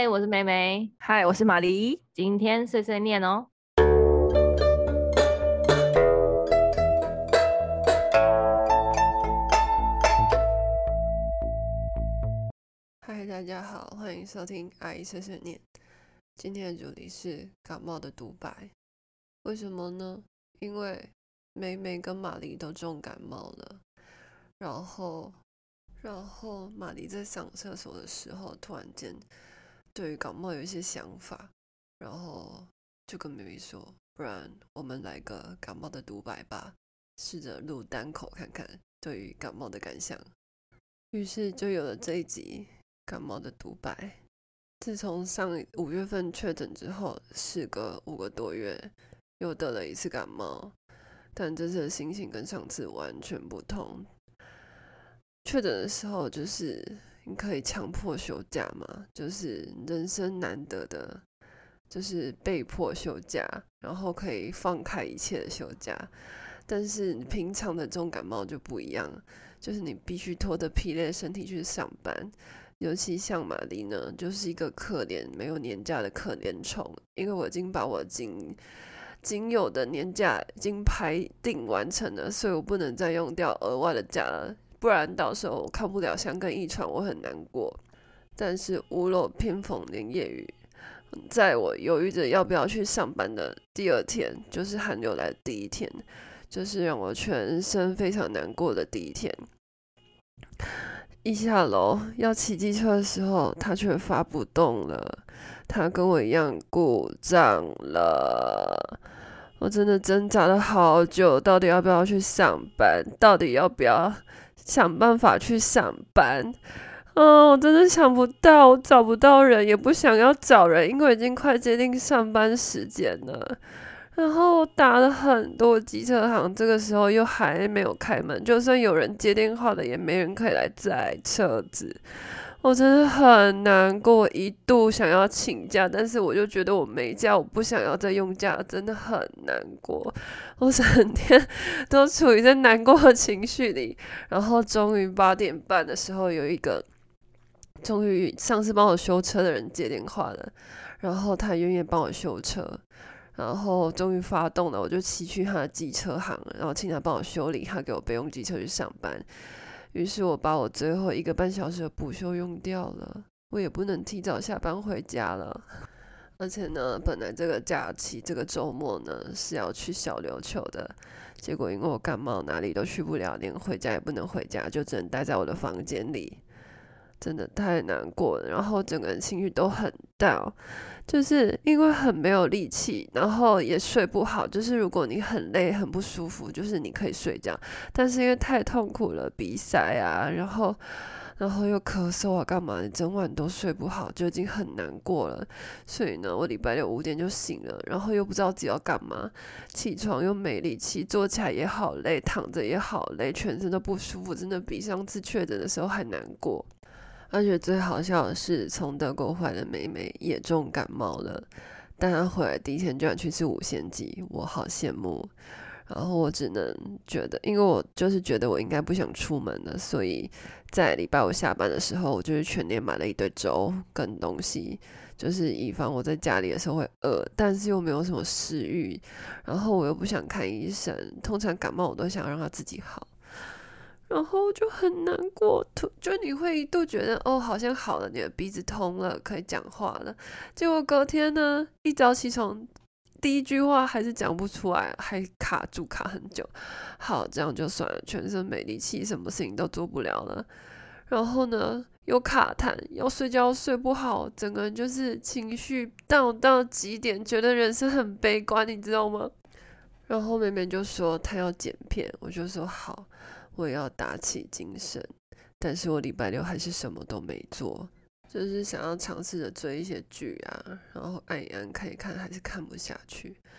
嗨，我是梅梅， 嗨，我是玛丽。 今天碎碎念哦。 嗨，大家好，欢迎收听阿姨碎碎念。今天的主题是感冒的独白。为什么呢？因为梅梅跟玛丽都重感冒了。然后，玛丽在上厕所的时候，突然间对于感冒有一些想法，然后就跟梅梅说：“不然我们来个感冒的独白吧，试着录单口看看对于感冒的感想。”于是就有了这一集感冒的独白。自从5月份确诊之后，事隔5个多月，又得了一次感冒，但这次的心情跟上次完全不同。确诊的时候，就是你可以强迫休假嘛，就是人生难得的，就是被迫休假，然后可以放开一切的休假。但是平常的重感冒就不一样，就是你必须拖着疲累的身体去上班。尤其像玛丽呢，就是一个可怜没有年假的可怜虫，因为我已经把我仅有的年假已经排定完成了，所以我不能再用掉额外的假了，不然到时候我看不了香根一传，我很难过。但是屋漏偏逢连夜雨，在我犹豫着要不要去上班的第二天，就是寒流来的第一天，就是让我全身非常难过的第一天。一下楼要骑机车的时候，它却发不动了，它跟我一样故障了。我真的挣扎了好久，到底要不要去上班？到底要不要想办法去上班？我真的想不到，我找不到人，也不想要找人，因为已经快接近上班时间了。然后打了很多机车行，这个时候又还没有开门，就算有人接电话的，也没人可以来载车子。我真的很难过，一度想要请假，但是我就觉得我没假，我不想要再用假，真的很难过。我整天都处于在难过的情绪里，然后终于8点半的时候，有一个终于上次帮我修车的人接电话了，然后他愿意帮我修车。然后终于发动了，我就骑去他的机车行，然后请他帮我修理，他给我备用机车去上班。于是我把我最后1个半小时的补休用掉了，我也不能提早下班回家了。而且呢，本来这个假期这个周末呢是要去小琉球的，结果因为我感冒哪里都去不了，连回家也不能回家，就只能待在我的房间里。真的太难过了，然后整个人情绪都很down，就是因为很没有力气，然后也睡不好。就是如果你很累很不舒服，就是你可以睡觉，但是因为太痛苦了，鼻塞啊，然后又咳嗽啊，干嘛？你整晚都睡不好，就已经很难过了。所以呢，我礼拜六5点就醒了，然后又不知道自己要干嘛，起床又没力气，坐起来也好累，躺着也好累，全身都不舒服，真的比上次确诊的时候还难过。而且最好笑的是，从德国回来的妹妹也重感冒了，但她回来第一天居然去吃五仙鸡，我好羡慕。然后我只能觉得，因为我就是觉得我应该不想出门了，所以在礼拜五下班的时候，我就去全联买了一堆粥跟东西，就是以防我在家里的时候会饿，但是又没有什么食欲，然后我又不想看医生，通常感冒我都想让它自己好。然后就很难过，就你会一度觉得好像好了，你的鼻子通了，可以讲话了。结果隔天呢，一早起床，第一句话还是讲不出来，还卡住卡很久。好，这样就算了，全身没力气，什么事情都做不了了。然后呢，又卡痰，要睡觉睡不好，整个人就是情绪到极点，觉得人生很悲观，你知道吗？然后妹妹就说她要剪片，我就说好，我也要打起精神。但是我礼拜六还是什么都没做，就是想要尝试着追一些剧啊，然后按一按看一看，还是看不下去。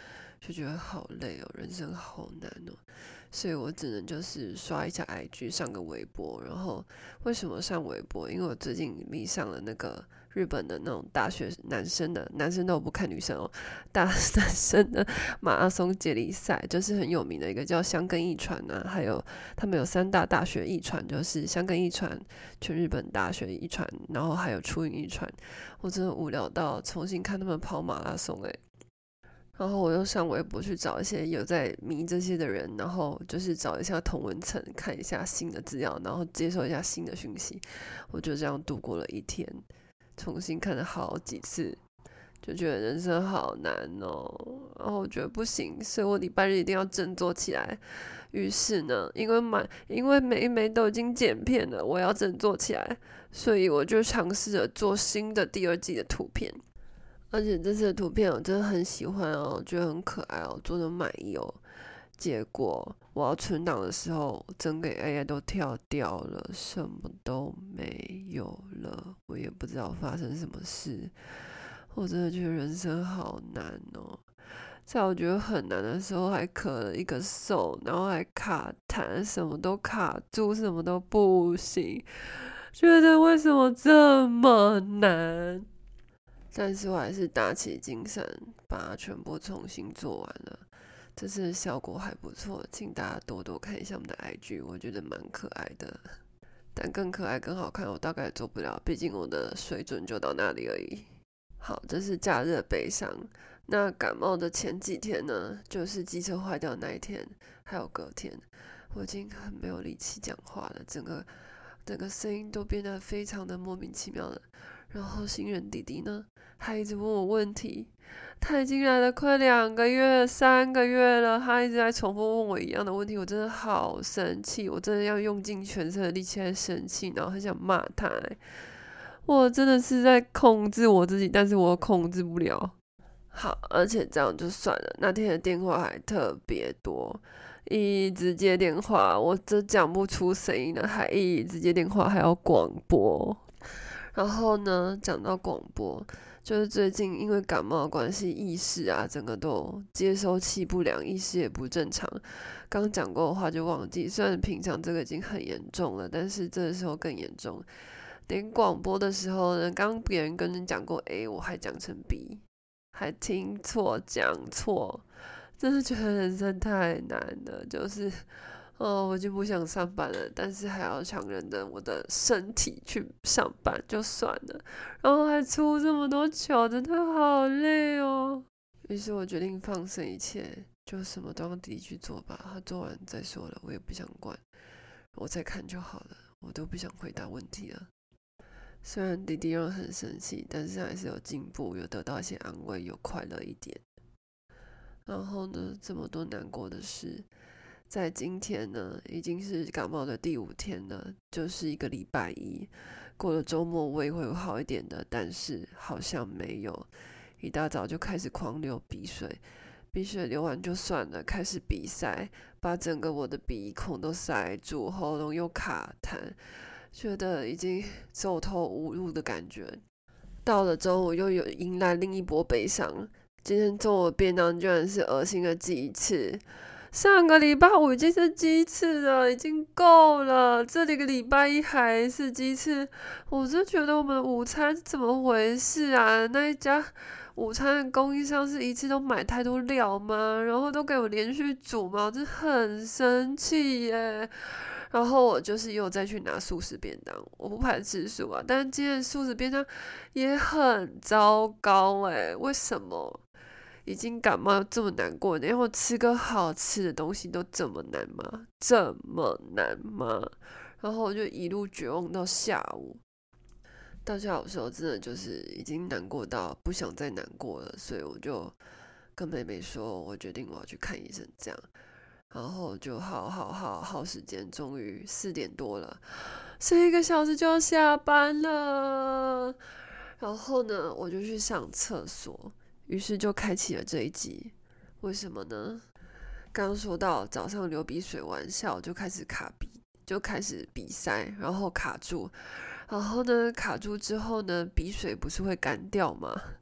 就觉得好累哦，人生好难哦，所以我只能就是刷一下 IG， 上个微博。然后为什么上微博？因为我最近迷上了那个日本的那种大学男生都不看女生哦，男生的马拉松接力赛，就是很有名的一个叫香根一传啊，还有他们有3大大学一传，就是香根一传、全日本大学一传，然后还有初音一传。我真的无聊到重新看他们跑马拉松然后我又上微博去找一些有在迷这些的人，然后就是找一下同温层，看一下新的资料，然后接受一下新的讯息。我就这样度过了一天，重新看了好几次，就觉得人生好难哦。然后我觉得不行，所以我礼拜日一定要振作起来。于是呢，因为每一枚都已经剪片了，我要振作起来，所以我就尝试着做新的第2季的图片。而且这次的图片我真的很喜欢哦，我觉得很可爱哦，做的满意哦。结果我要存档的时候，整个 AI 都跳掉了，什么都没有了，我也不知道发生什么事。我真的觉得人生好难哦，在我觉得很难的时候还咳了一个嗽，然后还卡痰，什么都卡住，什么都不行，觉得为什么这么难？但是我还是打起精神，把它全部重新做完了。这次的效果还不错，请大家多多看一下我们的 IG， 我觉得蛮可爱的。但更可爱、更好看，我大概做不了，毕竟我的水准就到那里而已。好，这是假日的悲伤。那感冒的前几天呢，就是机车坏掉那一天，还有隔天，我已经很没有力气讲话了，整个声音都变得非常的莫名其妙了。然后新人弟弟呢，他一直问我问题，他已经来了快2个月、3个月了，他一直在重复问我一样的问题，我真的好生气，我真的要用尽全身的力气来生气，然后很想骂他我真的是在控制我自己，但是我控制不了。好，而且这样就算了，那天的电话还特别多，一直接电话，我真讲不出声音了，还一直接电话，还要广播。然后呢，讲到广播，就是最近因为感冒的关系，意识啊，整个都接收器不良，意识也不正常。刚讲过的话就忘记，虽然平常这个已经很严重了，但是这个时候更严重。连广播的时候呢，刚别人跟人讲过 A， 我还讲成 B， 还听错讲错，真的觉得人生太难了，就是我就不想上班了，但是还要强忍着我的身体去上班就算了，然后还出这么多糗，真的好累哦。于是我决定放生一切，就什么都让弟弟去做吧，他做完再说了，我也不想管，我再看就好了，我都不想回答问题了。虽然弟弟让我很生气，但是还是有进步，有得到一些安慰，有快乐一点。然后呢，这么多难过的事，在今天呢，已经是感冒的第5天了，就是一个礼拜一。过了周末我也会有好一点的，但是好像没有。一大早就开始狂流鼻水，鼻水流完就算了，开始鼻塞，把整个我的鼻孔都塞住，喉咙又卡痰，觉得已经走投无路的感觉。到了中午又有迎来另一波悲伤，今天中午的便当居然是恶心的鸡翅。上个礼拜五已经是鸡翅了，已经够了。这里个礼拜一还是鸡翅，我就觉得我们午餐怎么回事啊？那一家午餐的供应商是一次都买太多料吗？然后都给我连续煮吗？我真的很生气耶。然后我就是又再去拿素食便当，我不排斥素啊，但是今天的素食便当也很糟糕为什么？已经感冒这么难过，然后吃个好吃的东西都这么难吗？这么难吗？然后我就一路绝望到下午。到下午的时候，真的就是已经难过到不想再难过了，所以我就跟妹妹说，我决定我要去看医生，这样。然后就耗时间，终于4点多了，剩1个小时就要下班了。然后呢，我就去上厕所。于是就开启了这一集，为什么呢？刚说到早上流鼻水完，下午就开始卡鼻，就开始鼻塞，然后卡住，然后呢卡住之后呢，鼻水不是会干掉吗？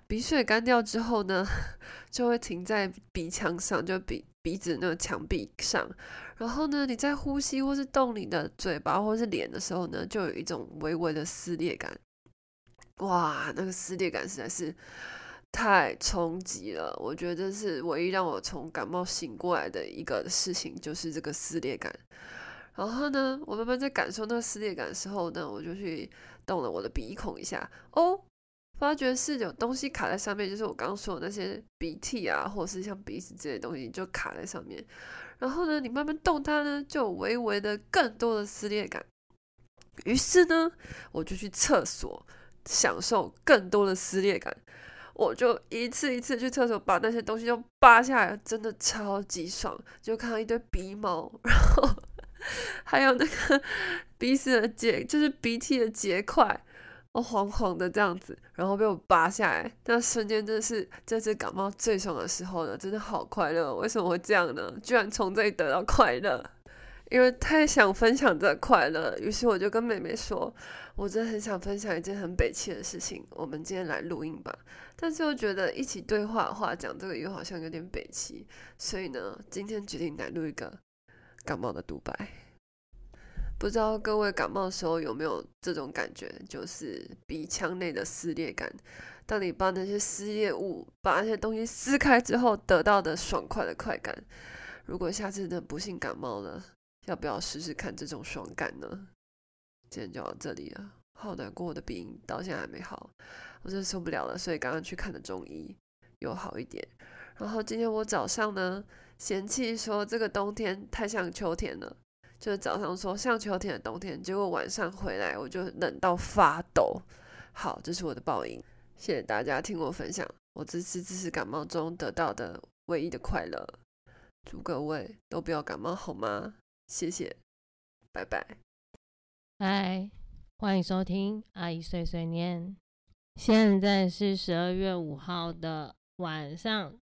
鼻水干掉之后呢，就会停在鼻腔上，就鼻子那个墙壁上。然后呢，你在呼吸或是动你的嘴巴或是脸的时候呢，就有一种微微的撕裂感。哇，那个撕裂感实在是太冲击了。我觉得这是唯一让我从感冒醒过来的一个事情，就是这个撕裂感。然后呢，我慢慢在感受那个撕裂感的时候呢，我就去动了我的鼻孔一下，发觉是有东西卡在上面，就是我刚刚说的那些鼻涕啊，或者是像鼻子这些东西就卡在上面。然后呢，你慢慢动它呢，就有微微的更多的撕裂感。于是呢，我就去厕所享受更多的撕裂感。我就一次一次去厕所把那些东西都扒下来，真的超级爽。就看到一堆鼻毛，然后还有那个鼻屎的就是鼻涕的结块，黄黄的这样子，然后被我拔下来，那瞬间真的是这次感冒最爽的时候了，真的好快乐。为什么会这样呢？居然从这里得到快乐，因为太想分享这快乐，于是我就跟妹妹说，我真的很想分享一件很北气的事情，我们今天来录音吧。但是又觉得一起对话的话，讲这个又好像有点北气，所以呢，今天决定来录一个感冒的独白。不知道各位感冒的时候有没有这种感觉，就是鼻腔内的撕裂感。当你把那些撕裂物、把那些东西撕开之后，得到的爽快的快感。如果下次真的不幸感冒了，要不要试试看这种爽感呢？今天就到这里了，好难过，我的鼻音到现在还没好，我真的受不了了，所以刚刚去看的中医有好一点。然后今天我早上呢，嫌弃说这个冬天太像秋天了。就是早上说像秋天的冬天，结果晚上回来我就冷到发抖。好，这是我的报应。谢谢大家听我分享我这次感冒中得到的唯一的快乐。祝各位都不要感冒好吗？谢谢，拜拜。 嗨，欢迎收听阿姨碎碎念。现在是12月5号的晚上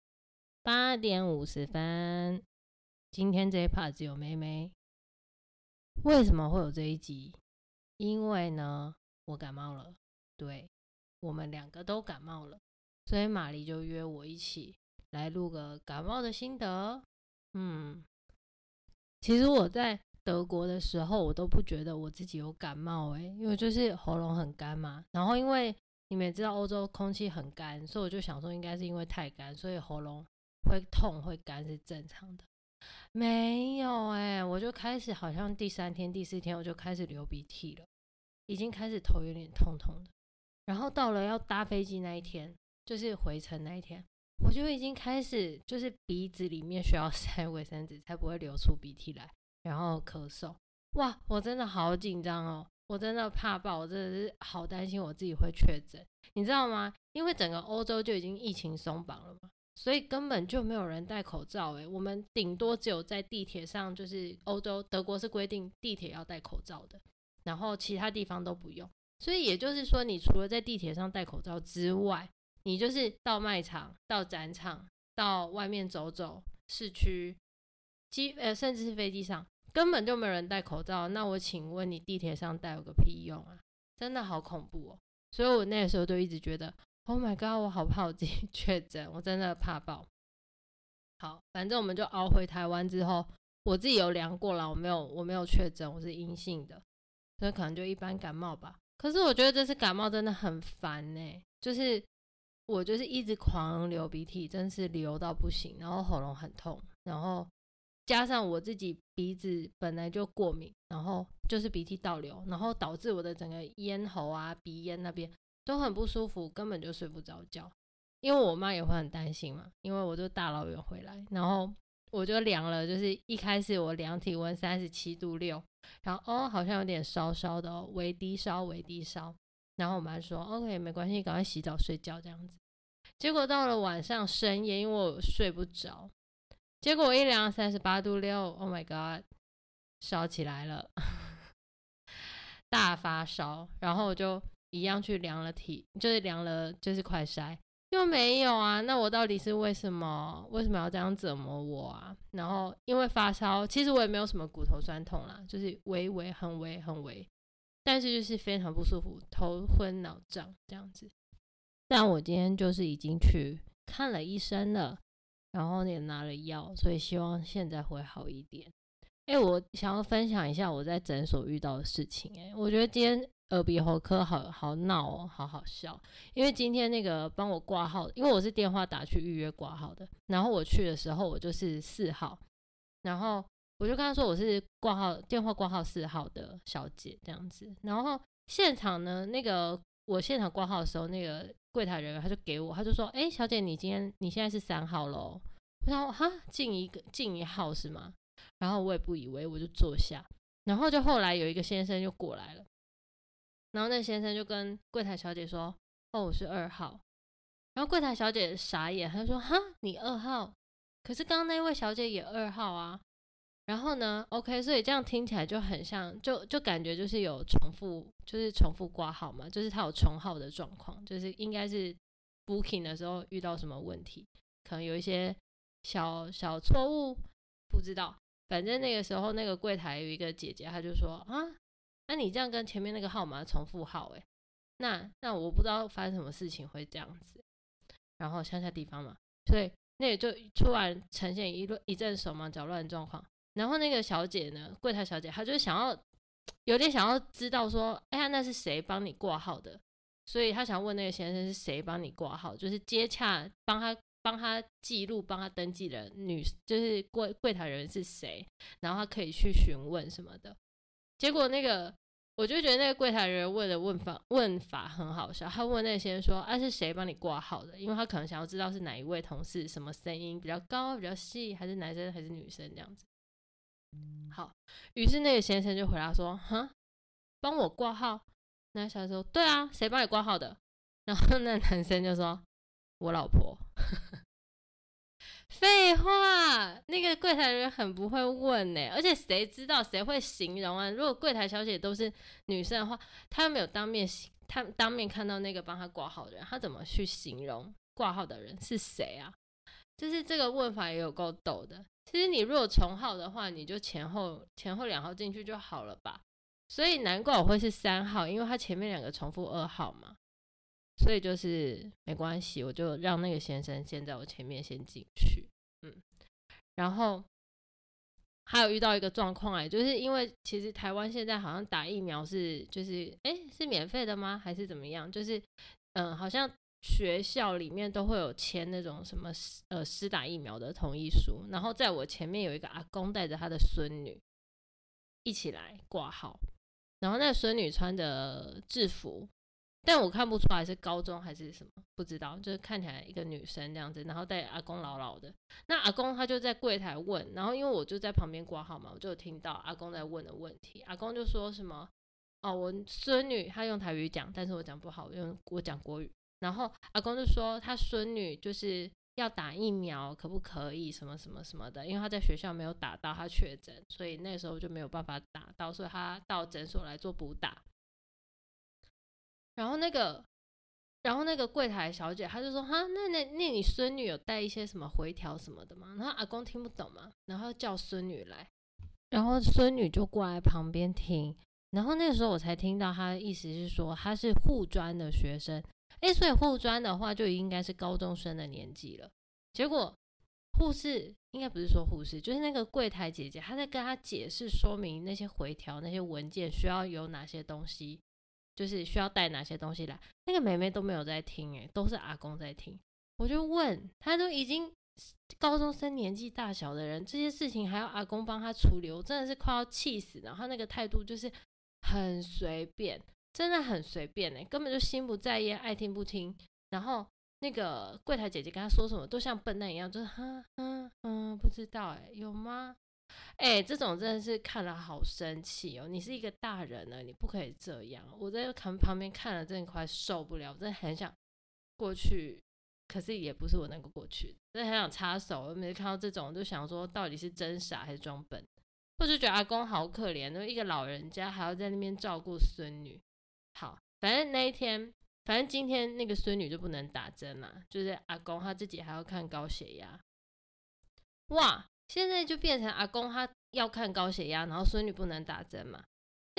8点50分。今天这一 part 只有妹妹。为什么会有这一集？因为呢，我感冒了。对，我们两个都感冒了，所以玛丽就约我一起来录个感冒的心得。其实我在德国的时候，我都不觉得我自己有感冒因为就是喉咙很干嘛。然后因为你们也知道欧洲空气很干，所以我就想说应该是因为太干，所以喉咙会痛会干是正常的。没有我就开始好像第3天第4天我就开始流鼻涕了，已经开始头有点痛痛的。然后到了要搭飞机那一天，就是回程那一天，我就已经开始就是鼻子里面需要塞卫生纸才不会流出鼻涕来，然后咳嗽。哇，我真的好紧张哦，我真的怕爆，我真的是好担心我自己会确诊，你知道吗？因为整个欧洲就已经疫情松绑了嘛，所以根本就没有人戴口罩我们顶多只有在地铁上，就是欧洲德国是规定地铁要戴口罩的，然后其他地方都不用。所以也就是说，你除了在地铁上戴口罩之外，你就是到卖场、到展场、到外面走走，市区，甚至是飞机上，根本就没有人戴口罩。那我请问你，地铁上戴有个屁用啊！真的好恐怖哦。所以我那个时候就一直觉得 ，Oh my god， 我好怕我自己确诊，我真的怕爆。好，反正我们就熬回台湾之后，我自己有量过了，我没有确诊，我是阴性的，所以可能就一般感冒吧。可是我觉得这次感冒真的很烦就是我就是一直狂流鼻涕，真是流到不行，然后喉咙很痛，然后加上我自己鼻子本来就过敏，然后就是鼻涕倒流，然后导致我的整个咽喉啊、鼻咽那边都很不舒服，根本就睡不着觉。因为我妈也会很担心嘛，因为我就大老远回来，然后我就量了，就是一开始我量体温37.6度，然后好像有点烧烧的微低烧，然后我妈说 OK 没关系，赶快洗澡睡觉这样子。结果到了晚上深夜，因为我睡不着，结果我一量38.6度 ，Oh my god， 烧起来了，大发烧，然后我就一样去量了就是快筛。又没有啊，那我到底是为什么要这样折磨我啊？然后因为发烧，其实我也没有什么骨头酸痛啦，就是很微，但是就是非常不舒服，头昏脑胀这样子。 但我今天就是已经去看了医生了，然后也拿了药，所以希望现在会好一点。我想要分享一下我在诊所遇到的事情。我觉得今天耳鼻喉科好闹哦，好好笑。因为今天那个帮我挂号，因为我是电话打去预约挂号的，然后我去的时候我就是4号，然后我就跟他说我是电话挂号4号的小姐这样子。然后现场呢，我现场挂号的时候，那个柜台人员他就说小姐你现在是3号咯。我想哈进一号是吗？然后我也不以为，我就坐下。然后就后来有一个先生就过来了，然后那先生就跟柜台小姐说我是2号。然后柜台小姐傻眼，她就说哈你2号，可是刚刚那位小姐也2号啊。然后呢 OK， 所以这样听起来就很像，就感觉就是有重复挂号嘛，就是他有重号的状况，就是应该是 booking 的时候遇到什么问题，可能有一些小错误，不知道。反正那个时候那个柜台有一个姐姐，她就说那你这样跟前面那个号码重复号那我不知道发生什么事情会这样子。然后乡下地方嘛，所以那也就突然呈现一阵手忙脚乱的状况。然后那个小姐呢，柜台小姐，她就有点想要知道说那是谁帮你挂号的，所以她想问那个先生是谁帮你挂号，就是接洽帮他记录帮他登记的就是柜台人是谁，然后他可以去询问什么的。结果我就觉得那个柜台人问的问法很好笑，他问那些人说是谁帮你挂号的，因为他可能想要知道是哪一位同事，什么声音比较高比较细，还是男生还是女生这样子。好，于是那个先生就回答说帮我挂号。那小姐说对啊，谁帮你挂号的？然后那男生就说我老婆。废话，那个柜台人很不会问而且谁知道谁会形容啊？如果柜台小姐都是女生的话，她又没有当面看到那个帮她挂号的人，她怎么去形容挂号的人是谁啊？就是这个问法也有够逗的。其实你如果重号的话，你就前后2号进去就好了吧。所以难怪我会是3号，因为他前面2个重复2号嘛。所以就是没关系，我就让那个先生先在我前面先进去。然后还有遇到一个状况就是因为其实台湾现在好像打疫苗是免费的吗？还是怎么样？就是好像学校里面都会有签那种什么施打疫苗的同意书，然后在我前面有一个阿公带着他的孙女一起来挂号，然后那个孙女穿着制服，但我看不出来是高中还是什么，不知道，就是看起来一个女生这样子，然后带阿公老老的。那阿公他就在柜台问，然后因为我就在旁边挂号嘛，我就有听到阿公在问的问题。阿公就说什么我孙女，他用台语讲，但是我讲不好，我讲国语。然后阿公就说他孙女就是要打疫苗，可不可以什么什么什么的，因为他在学校没有打到，他确诊，所以那时候就没有办法打到，所以他到诊所来做补打。然后那个柜台小姐她就说那你孙女有带一些什么回条什么的吗？然后阿公听不懂嘛，然后叫孙女来，然后孙女就过来旁边听。然后那个时候我才听到她的意思是说她是护专的学生，所以护专的话就应该是高中生的年纪了。结果护士应该不是说护士，就是那个柜台姐姐她在跟她解释说明那些回条那些文件需要有哪些东西，就是需要带哪些东西来。那个妹妹都没有在听都是阿公在听。我就问她，都已经高中生年纪大小的人，这些事情还要阿公帮她处理，我真的是快要气死。然后她那个态度就是很随便，真的很随便根本就心不在焉，爱听不听。然后那个柜台姐姐跟她说什么都像笨蛋一样，就是不知道有吗？这种真的是看了好生气你是一个大人了，你不可以这样。我在旁边看了真的快受不了，我真的很想过去，可是也不是我能够过去，真的很想插手。我每次看到这种我就想说到底是真傻还是装笨。我就觉得阿公好可怜，一个老人家还要在那边照顾孙女。好，反正今天那个孙女就不能打针嘛，就是阿公他自己还要看高血压。哇，现在就变成阿公他要看高血压，然后孙女不能打针嘛。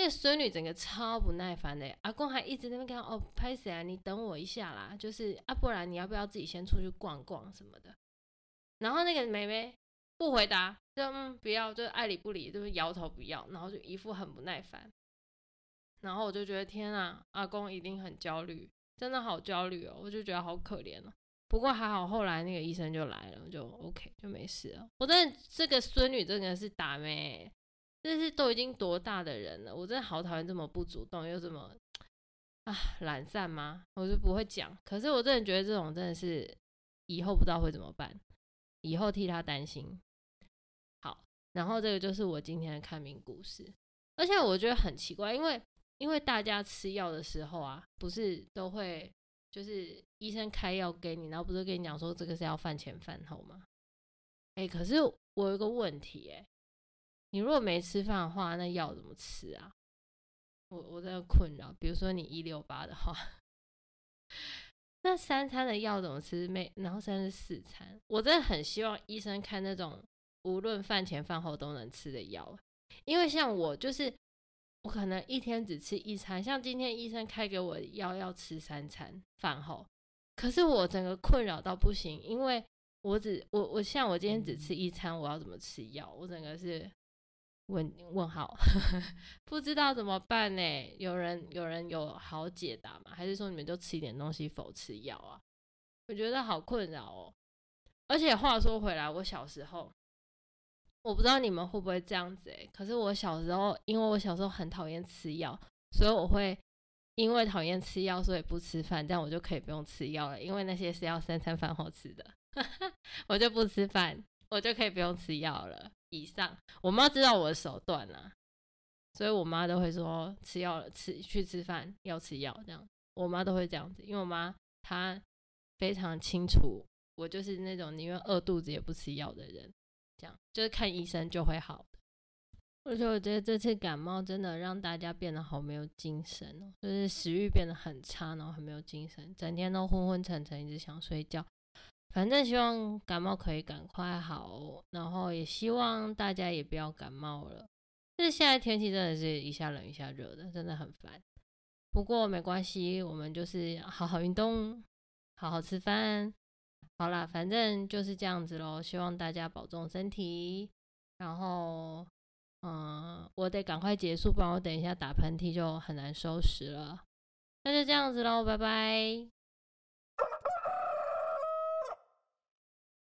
那个孙女整个超不耐烦的，阿公还一直在那边跟他拍谁啊，你等我一下啦，就是不然你要不要自己先出去逛逛什么的。然后那个妹妹不回答，就不要，就爱理不理，就是摇头不要，然后就一副很不耐烦。然后我就觉得天啊，阿公一定很焦虑，真的好焦虑哦，我就觉得好可怜哦。不过还好，后来那个医生就来了，就 OK 就没事了。我真的这个孙女真的是打妹，这是都已经多大的人了，我真的好讨厌这么不主动又这么懒散吗？我就不会讲。可是我真的觉得这种真的是以后不知道会怎么办，以后替他担心。好，然后这个就是我今天的看病故事。而且我觉得很奇怪，因为大家吃药的时候啊，不是都会就是医生开药给你，然后不是跟你讲说这个是要饭前饭后吗？可是我有一个问题你如果没吃饭的话，那药怎么吃啊？我真的困扰。比如说你168的话，那3餐的药怎么吃？然后34餐，我真的很希望医生开那种无论饭前饭后都能吃的药，因为像我就是我可能一天只吃1餐，像今天医生开给我的药要吃3餐饭后，可是我整个困扰到不行，因为我像我今天只吃1餐，我要怎么吃药？我整个是问号，不知道怎么办呢？有人有好解答吗？还是说你们就吃一点东西否吃药啊？我觉得好困扰哦。而且话说回来，我小时候，我不知道你们会不会这样子可是我小时候，因为我小时候很讨厌吃药，所以我会因为讨厌吃药，所以不吃饭，这样我就可以不用吃药了，因为那些是要3餐饭后吃的，我就不吃饭，我就可以不用吃药了。以上，我妈知道我的手段啊，所以我妈都会说吃药了，去吃饭要吃药这样，我妈都会这样子，因为我妈她非常清楚我就是那种宁愿饿肚子也不吃药的人，这样就是看医生就会好的。而且我觉得这次感冒真的让大家变得好没有精神哦，就是食欲变得很差，然后很没有精神，整天都昏昏沉沉，一直想睡觉。反正希望感冒可以赶快好，然后也希望大家也不要感冒了。就是现在天气真的是一下冷一下热的，真的很烦。不过没关系，我们就是好好运动，好好吃饭。好啦，反正就是这样子咯，希望大家保重身体。然后，我得赶快结束，不然我等一下打喷嚏就很难收拾了。那就这样子咯，拜拜。